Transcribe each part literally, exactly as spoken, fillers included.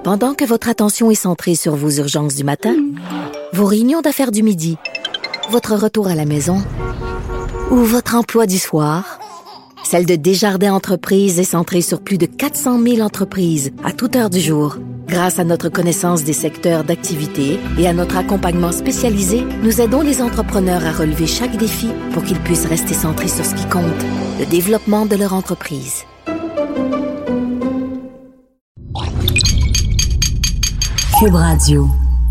Pendant que votre attention est centrée sur vos urgences du matin, vos réunions d'affaires du midi, votre retour à la maison ou votre emploi du soir, celle de Desjardins Entreprises est centrée sur plus de quatre cent mille entreprises à toute heure du jour. Grâce à notre connaissance des secteurs d'activité et à notre accompagnement spécialisé, nous aidons les entrepreneurs à relever chaque défi pour qu'ils puissent rester centrés sur ce qui compte, le développement de leur entreprise. Cube Radio.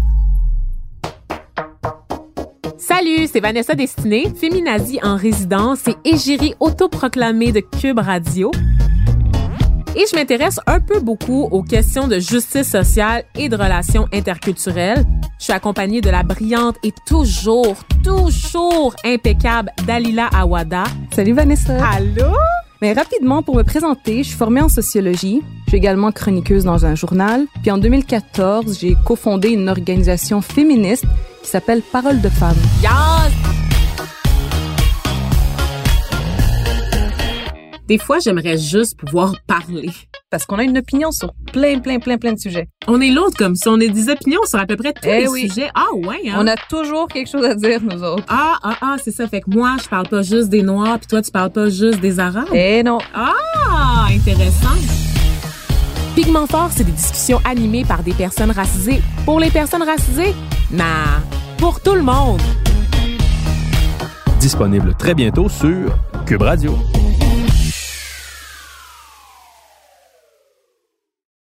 Salut, c'est Vanessa Destinée, féminazie en résidence et égérie autoproclamée de Cube Radio. Et je m'intéresse un peu beaucoup aux questions de justice sociale et de relations interculturelles. Je suis accompagnée de la brillante et toujours, toujours impeccable Dalila Awada. Salut Vanessa. Allô? Mais rapidement, pour me présenter, je suis formée en sociologie. Je suis également chroniqueuse dans un journal. Puis en deux mille quatorze, j'ai cofondé une organisation féministe qui s'appelle Parole de femmes. Yes! Des fois, j'aimerais juste pouvoir parler. Parce qu'on a une opinion sur plein, plein, plein, plein de sujets. On est l'autre comme ça. On a des opinions sur à peu près tous eh les oui. sujets. Ah ouais, hein? On a toujours quelque chose à dire, nous autres. Ah, ah, ah, c'est ça. Fait que moi, je parle pas juste des Noirs, puis toi, tu parles pas juste des Arabes. Eh non. Ah, intéressant. Pigment fort, c'est des discussions animées par des personnes racisées. Pour les personnes racisées? Nah, pour tout le monde. Disponible très bientôt sur Cube Radio.